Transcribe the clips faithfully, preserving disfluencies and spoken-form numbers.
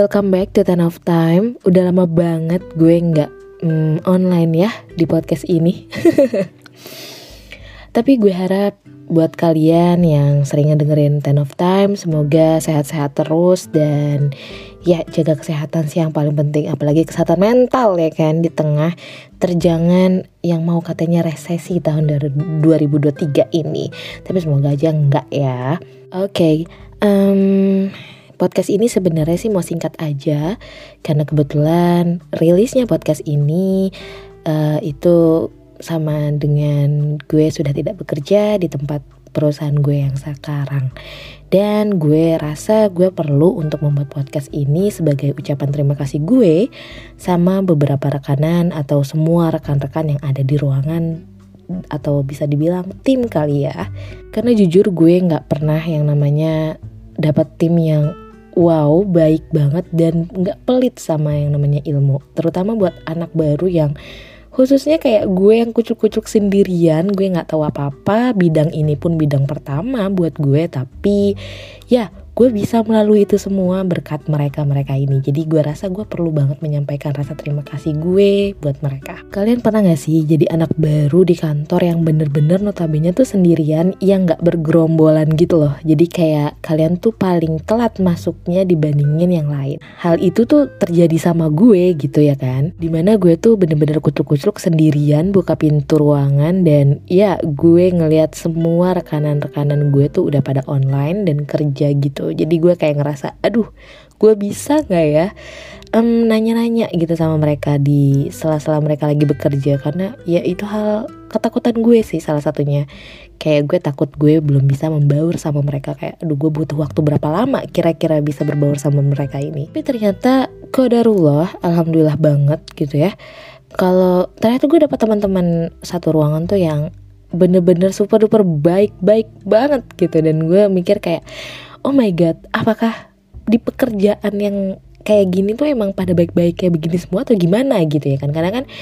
welcome back to Ten of Time. Udah lama banget gue gak mm, online ya di podcast ini. Tapi gue harap buat kalian yang sering dengerin Ten of Time, semoga sehat-sehat terus dan ya jaga kesehatan sih yang paling penting. Apalagi kesehatan mental ya kan, di tengah terjangan yang mau katanya resesi tahun dua ribu dua puluh tiga ini. Tapi semoga aja enggak ya. Oke, okay, um, podcast ini sebenarnya sih mau singkat aja, karena kebetulan rilisnya podcast ini uh, itu sama dengan gue sudah tidak bekerja di tempat perusahaan gue yang sekarang. Dan gue rasa gue perlu untuk membuat podcast ini sebagai ucapan terima kasih gue sama beberapa rekanan atau semua rekan-rekan yang ada di ruangan, atau bisa dibilang tim kali ya. Karena jujur gue gak pernah yang namanya dapat tim yang wow, baik banget dan gak pelit sama yang namanya ilmu. Terutama buat anak baru yang khususnya kayak gue yang kucuk-kucuk sendirian. Gue gak tahu apa-apa, bidang ini pun bidang pertama buat gue. Tapi ya gue bisa melalui itu semua berkat mereka-mereka ini. Jadi gue rasa gue perlu banget menyampaikan rasa terima kasih gue buat mereka. Kalian pernah gak sih jadi anak baru di kantor yang bener-bener notabene tuh sendirian, yang gak bergerombolan gitu loh. Jadi kayak kalian tuh paling telat masuknya dibandingin yang lain. Hal itu tuh terjadi sama gue gitu ya kan, dimana gue tuh bener-bener kucuk-kucuk sendirian buka pintu ruangan. Dan ya gue ngelihat semua rekanan-rekanan gue tuh udah pada online dan kerja gitu. Jadi gue kayak ngerasa, aduh gue bisa gak ya um, nanya-nanya gitu sama mereka di sela-sela mereka lagi bekerja. Karena ya itu hal ketakutan gue sih salah satunya. Kayak gue takut gue belum bisa membaur sama mereka. Kayak aduh gue butuh waktu berapa lama kira-kira bisa berbaur sama mereka ini. Tapi ternyata qadarullah, alhamdulillah banget gitu ya, kalau ternyata gue dapat teman-teman satu ruangan tuh yang bener-bener super duper baik-baik banget gitu. Dan gue mikir kayak, oh my god, apakah di pekerjaan yang kayak gini tuh emang pada baik-baik kayak begini semua atau gimana gitu ya kan. Karena kan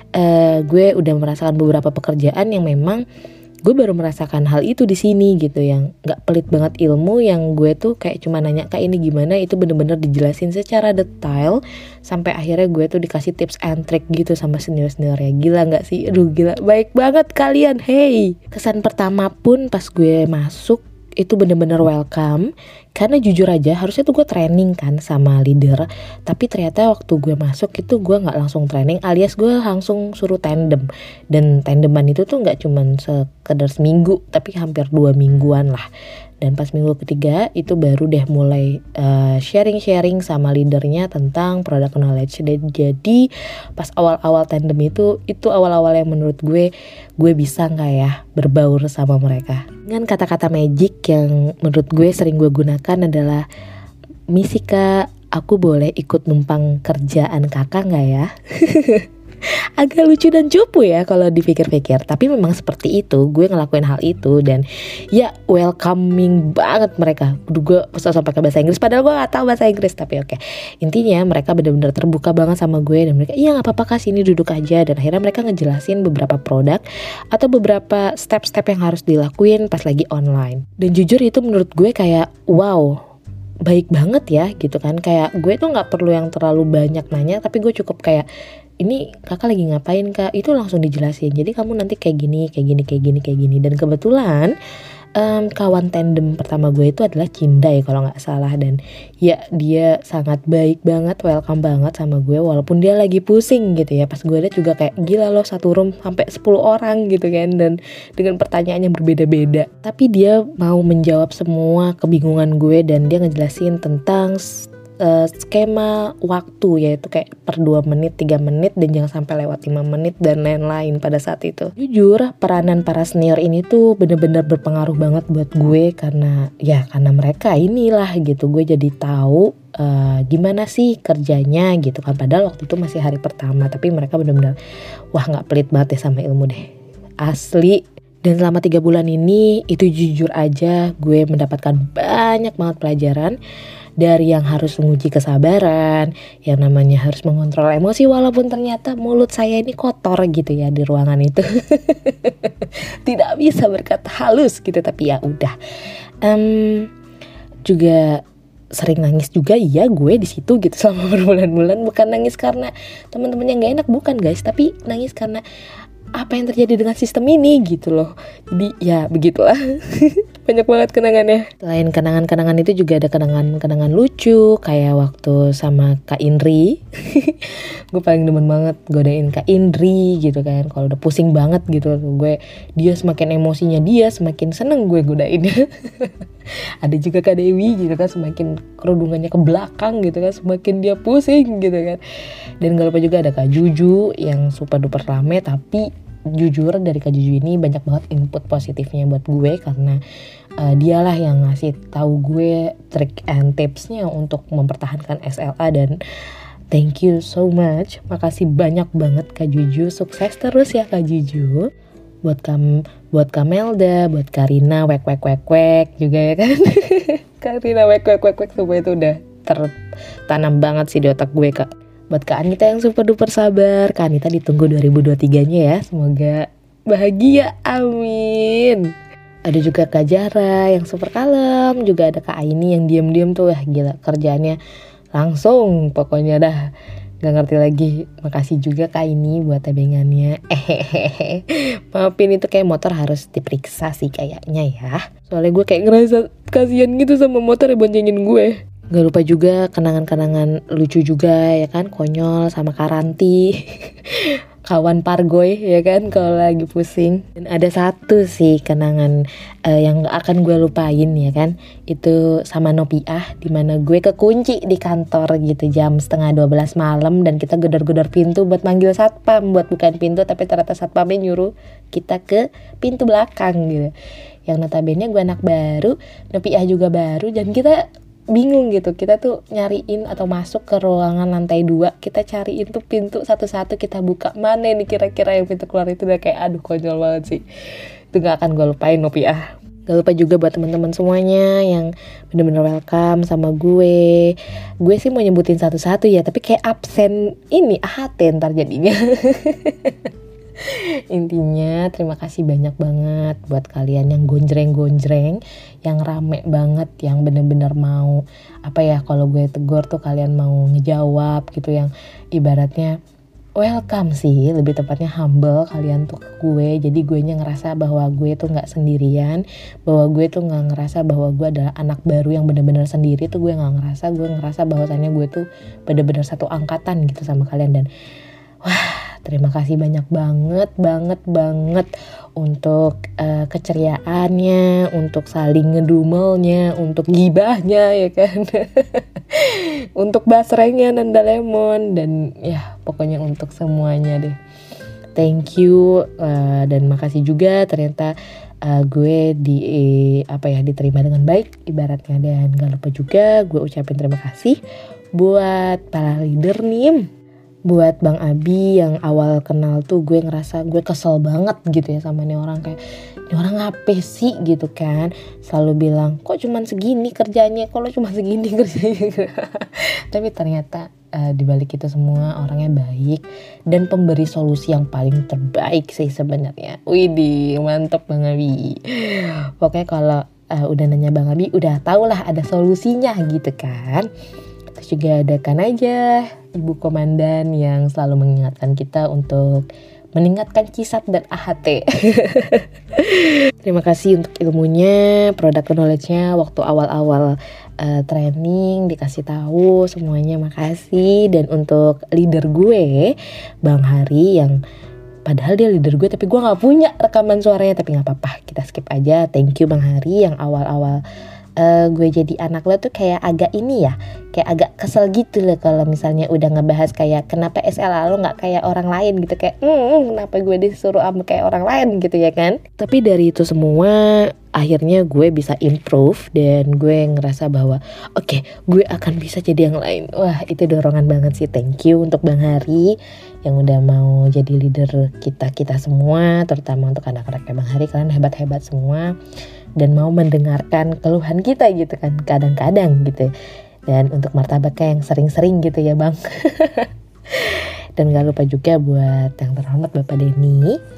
uh, gue udah merasakan beberapa pekerjaan yang memang gue baru merasakan hal itu di sini gitu, yang nggak pelit banget ilmu, yang gue tuh kayak cuma nanya kayak ini gimana, itu bener-bener dijelasin secara detail sampai akhirnya gue tuh dikasih tips and trick gitu sama senior-seniornya. Gila nggak sih? Aduh gila, baik banget kalian. Hey, kesan pertama pun pas gue masuk itu bener-bener welcome. Karena jujur aja harusnya tuh gue training kan sama leader, tapi ternyata waktu gue masuk itu gue gak langsung training, alias gue langsung suruh tandem. Dan tandeman itu tuh gak cuman sekedar seminggu, tapi hampir dua mingguan lah. Dan pas minggu ketiga itu baru deh mulai uh, sharing-sharing sama leadernya tentang product knowledge. Dan jadi pas awal-awal tandem itu, itu awal-awal yang menurut gue, gue bisa gak ya berbaur sama mereka. Dengan kata-kata magic yang menurut gue sering gue gunakan adalah, misi kak, aku boleh ikut numpang kerjaan kakak gak ya? Agak lucu dan cupu ya kalau dipikir-pikir, tapi memang seperti itu. Gue ngelakuin hal itu dan ya welcoming banget mereka. Duh, gue usah pakai bahasa Inggris padahal gue gak tahu bahasa Inggris, tapi oke. Intinya mereka benar-benar terbuka banget sama gue. Dan mereka, iya gak apa-apa kak, sini duduk aja. Dan akhirnya mereka ngejelasin beberapa produk atau beberapa step-step yang harus dilakuin pas lagi online. Dan jujur itu menurut gue kayak wow, baik banget ya gitu kan. Kayak gue tuh gak perlu yang terlalu banyak nanya, tapi gue cukup kayak, ini kakak lagi ngapain kak, itu langsung dijelasin. Jadi kamu nanti kayak gini, kayak gini, kayak gini, kayak gini. Dan kebetulan um, kawan tandem pertama gue itu adalah Cindai kalau gak salah. Dan ya dia sangat baik banget, welcome banget sama gue, walaupun dia lagi pusing gitu ya. Pas gue liat juga kayak gila loh, satu room sampai sepuluh orang gitu kan, dan dengan pertanyaan yang berbeda-beda. Tapi dia mau menjawab semua kebingungan gue dan dia ngejelasin tentang Uh, skema waktu, yaitu kayak per dua menit, tiga menit, dan jangan sampai lewat lima menit dan lain-lain pada saat itu. Jujur peranan para senior ini tuh bener-bener berpengaruh banget buat gue, karena ya karena mereka inilah gitu gue jadi tahu uh, gimana sih kerjanya gitu kan. Padahal waktu itu masih hari pertama, tapi mereka bener-bener wah gak pelit banget ya sama ilmu deh, asli. Dan selama tiga bulan ini itu jujur aja gue mendapatkan banyak banget pelajaran. Dari yang harus menguji kesabaran, yang namanya harus mengontrol emosi, walaupun ternyata mulut saya ini kotor gitu ya di ruangan itu. Tidak bisa berkata halus gitu, tapi ya udah. Um, juga sering nangis juga, iya gue di situ gitu selama berbulan-bulan. Bukan nangis karena teman-teman yang gak enak, bukan guys, tapi nangis karena apa yang terjadi dengan sistem ini gitu loh. Jadi ya begitulah. Banyak banget kenangannya. Selain kenangan-kenangan itu juga ada kenangan-kenangan lucu, kayak waktu sama Kak Indri. Gue paling demen banget godain Kak Indri gitu kan. Kalau udah pusing banget gitu, gue dia semakin emosinya dia semakin seneng gue godainnya. Ada juga Kak Dewi gitu kan, semakin kerudungannya ke belakang gitu kan, semakin dia pusing gitu kan. Dan gak lupa juga ada Kak Juju yang super duper rame, tapi jujur dari Kak Juju ini banyak banget input positifnya buat gue, karena uh, dialah yang ngasih tahu gue trik and tipsnya untuk mempertahankan S L A. Dan thank you so much, makasih banyak banget Kak Juju, sukses terus ya Kak Juju. Buat kam, buat Kamelda, buat Karina, wek wek wek wek juga ya kan. Karina wek wek wek wek, semua itu udah tertanam banget sih di otak gue Kak. Buat Kak Anita yang super duper sabar, Kak Anita ditunggu dua ribu dua puluh tiga-nya ya, semoga bahagia, amin. Ada juga Kak Jara yang super kalem, juga ada Kak Aini yang diam-diam tuh, wah gila kerjaannya langsung, pokoknya dah gak ngerti lagi. Makasih juga Kak Aini buat tebengannya. Hehehe. Maafin itu kayak motor harus diperiksa sih kayaknya ya, soalnya gue kayak ngerasa kasihan gitu sama motor yang boncengin gue. Gak lupa juga kenangan-kenangan lucu juga ya kan, konyol sama Karanti. Kawan Pargoy ya kan kalau lagi pusing. Dan ada satu sih kenangan uh, yang gak akan gue lupain ya kan, itu sama Nopiah, dimana gue kekunci di kantor gitu jam setengah dua belas malam, dan kita gedor-gedor pintu buat manggil satpam buat bukain pintu, tapi ternyata satpamnya nyuruh kita ke pintu belakang gitu. Yang notabene gue anak baru, Nopiah juga baru, dan kita bingung gitu, kita tuh nyariin atau masuk ke ruangan lantai dua, kita cariin tuh pintu satu-satu, kita buka mana nih kira-kira yang pintu keluar itu. Udah kayak aduh konyol banget sih. Itu gak akan gue lupain Nopiah. Gak lupa juga buat teman-teman semuanya yang bener-bener welcome sama gue. Gue sih mau nyebutin satu-satu ya, tapi kayak absen ini A H T ntar jadinya. Intinya terima kasih banyak banget buat kalian yang gonjreng-gonjreng, yang rame banget, yang bener-bener mau apa ya, kalau gue tegur tuh kalian mau ngejawab gitu, yang ibaratnya welcome sih, lebih tepatnya humble kalian tuh ke gue. Jadi gue nya ngerasa bahwa gue tuh gak sendirian, bahwa gue tuh gak ngerasa bahwa gue adalah anak baru yang bener-bener sendiri. Tuh gue gak ngerasa, gue ngerasa bahwasannya gue tuh bener-bener satu angkatan gitu sama kalian. Dan wah, terima kasih banyak banget, banget, banget untuk uh, keceriaannya, untuk saling ngedumelnya, untuk gibahnya ya kan. Untuk basrengnya Nanda Lemon, dan ya pokoknya untuk semuanya deh. Thank you uh, dan makasih juga, ternyata uh, gue di eh, apa ya diterima dengan baik ibaratnya. Dan gak lupa juga gue ucapin terima kasih buat para leader nih. Buat Bang Abi yang awal kenal tuh gue ngerasa gue kesel banget gitu ya sama nih orang, kayak ini orang ngapain sih gitu kan, selalu bilang kok cuman segini kerjanya, kok lo cuma segini kerjanya. Tapi ternyata uh, dibalik itu semua orangnya baik dan pemberi solusi yang paling terbaik sih sebenarnya. Widih mantep Bang Abi. Pokoknya kalau uh, udah nanya Bang Abi udah tau lah ada solusinya gitu kan. Terus juga ada kan aja Ibu Komandan yang selalu mengingatkan kita untuk meningkatkan Cisat dan A H T. Terima kasih untuk ilmunya, product knowledge-nya waktu awal-awal uh, training dikasih tahu semuanya, makasih. Dan untuk leader gue Bang Hari yang padahal dia leader gue tapi gue nggak punya rekaman suaranya, tapi nggak apa-apa kita skip aja. Thank you Bang Hari yang awal-awal Uh, gue jadi anak lo tuh kayak agak ini ya, kayak agak kesel gitu loh kalau misalnya udah ngebahas kayak kenapa S L A lo gak kayak orang lain gitu, kayak hmm, kenapa gue disuruh sama kayak orang lain gitu ya kan. Tapi dari itu semua akhirnya gue bisa improve dan gue ngerasa bahwa oke okay, gue akan bisa jadi yang lain. Wah itu dorongan banget sih. Thank you untuk Bang Hari yang udah mau jadi leader kita-kita semua, terutama untuk anak-anaknya Bang Hari. Kalian hebat-hebat semua dan mau mendengarkan keluhan kita gitu kan kadang-kadang gitu. Dan untuk martabaknya yang sering-sering gitu ya Bang. Dan gak lupa juga buat yang terhormat Bapak Denny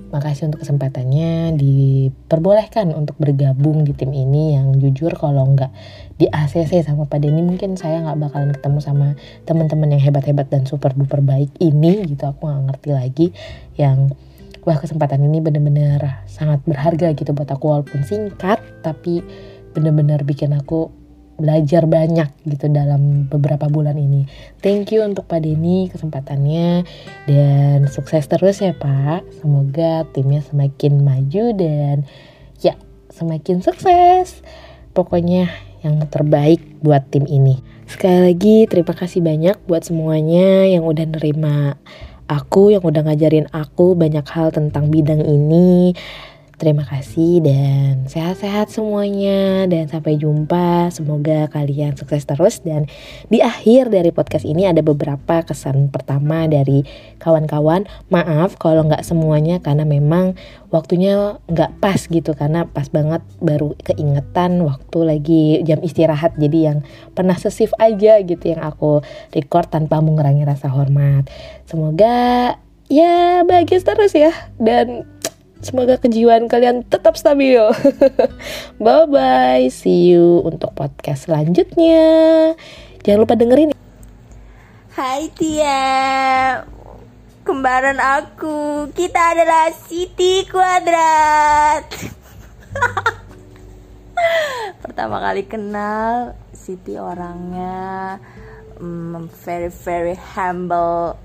makasih untuk kesempatannya diperbolehkan untuk bergabung di tim ini yang jujur kalau nggak di A C C sama Pak Denny mungkin saya nggak bakalan ketemu sama teman-teman yang hebat-hebat dan super duper baik ini gitu. Aku nggak ngerti lagi yang wah kesempatan ini bener-bener sangat berharga gitu buat aku, walaupun singkat tapi bener-bener bikin aku belajar banyak gitu dalam beberapa bulan ini. Thank you untuk Pak Denny kesempatannya dan sukses terus ya Pak. Semoga timnya semakin maju dan ya semakin sukses. Pokoknya yang terbaik buat tim ini. Sekali lagi terima kasih banyak buat semuanya yang udah nerima aku, yang udah ngajarin aku banyak hal tentang bidang ini. Terima kasih dan sehat-sehat semuanya dan sampai jumpa. Semoga kalian sukses terus. Dan di akhir dari podcast ini ada beberapa kesan pertama dari kawan-kawan. Maaf kalau gak semuanya karena memang waktunya gak pas gitu, karena pas banget baru keingetan waktu lagi jam istirahat. Jadi yang pernah sesif aja gitu yang aku record tanpa mengurangi rasa hormat. Semoga ya bahagia terus ya, dan semoga kejiwaan kalian tetap stabil. Bye-bye. See you untuk podcast selanjutnya. Jangan lupa dengerin. Hai Tia, kembaran aku. Kita adalah Siti Kuadrat. Pertama kali kenal Siti orangnya um, very very humble.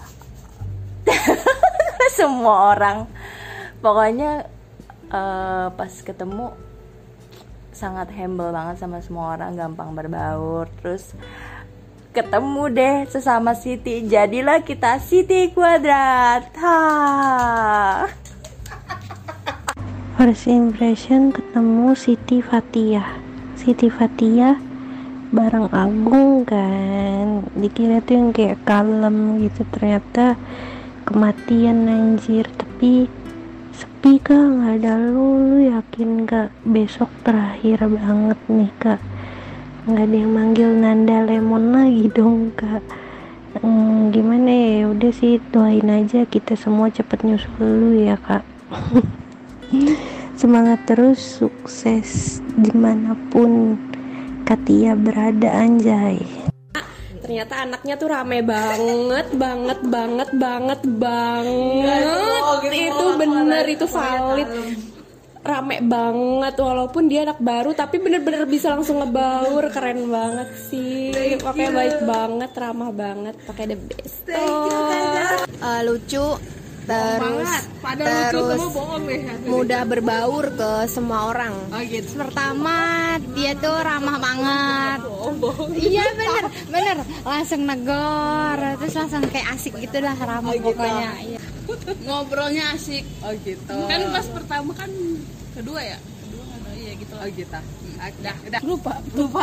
Semua orang pokoknya uh, pas ketemu sangat humble banget sama semua orang, gampang berbaur. Terus ketemu deh sesama Siti, jadilah kita Siti Kuadrat. Ha. First impression ketemu Siti Fathia. Siti Fathia bareng Agung kan, dikira tuh yang kayak kalem gitu, ternyata kematian anjir. Tapi sepi kak, nggak ada lu, lu yakin kak besok terakhir banget nih kak, nggak ada yang manggil Nanda Lemon lagi dong kak. hmm, gimana ya, udah sih doain aja kita semua cepet nyusul lu ya kak. Semangat terus, sukses dimanapun Katia berada anjay. Ternyata anaknya tuh rame banget, banget, banget, banget, banget. Itu bener, itu valid. Rame banget, walaupun dia anak baru, tapi bener-bener bisa langsung ngebaur. Keren banget sih. Pokoknya baik banget, ramah banget, pakai the best. Uh, lucu, terus terus mudah berbaur ke semua orang. Pertama dia tuh ramah banget. Iya bener bener, langsung negor, terus langsung kayak asik gitu lah, ramah pokoknya. Iya. Ngobrolnya asik. Oh gitu. Kan pas pertama kan kedua ya? Kedua kan iya gitu. Oh gitu. Udah, udah. Lupa, lupa.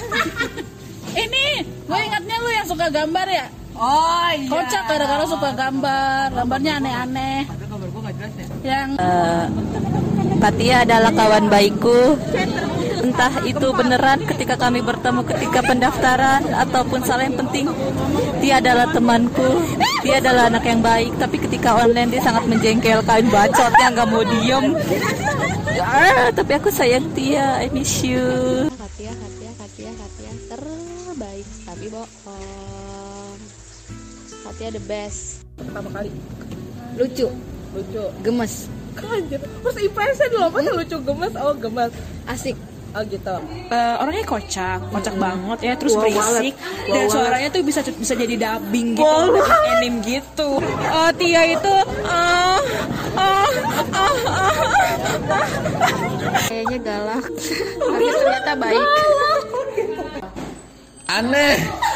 Ini, gue ingatnya lu yang suka gambar ya? Oh iya. Kocak gara-gara suka gambar, gambarnya aneh-aneh. Ada gambar gue gak jelas ya? Yang uh, Katia adalah kawan baikku. Entah itu beneran ketika kami bertemu ketika pendaftaran ataupun salah, yang penting dia adalah temanku. Dia adalah anak yang baik, tapi ketika online dia sangat menjengkelkan, bacotnya nggak mau diem. Ah, tapi aku sayang Tia, I miss you. Katia, Katia, Katia, Katia terbaik, tapi bohong. Katia the best. Pertama kali. Lucu, Lucu. gemes, Anjir. First impression loh, masa lucu gemes? Oh gemes. asik. Oh gitu. uh, orangnya kocak, kocak hmm. banget ya, terus Wow, berisik, wow, dan wow. suaranya tuh bisa bisa jadi dubbing gitu, Wow. wow. Anime gitu. Uh, Tia itu uh, uh, uh, uh, Kayaknya galak, tapi ternyata baik. Aneh.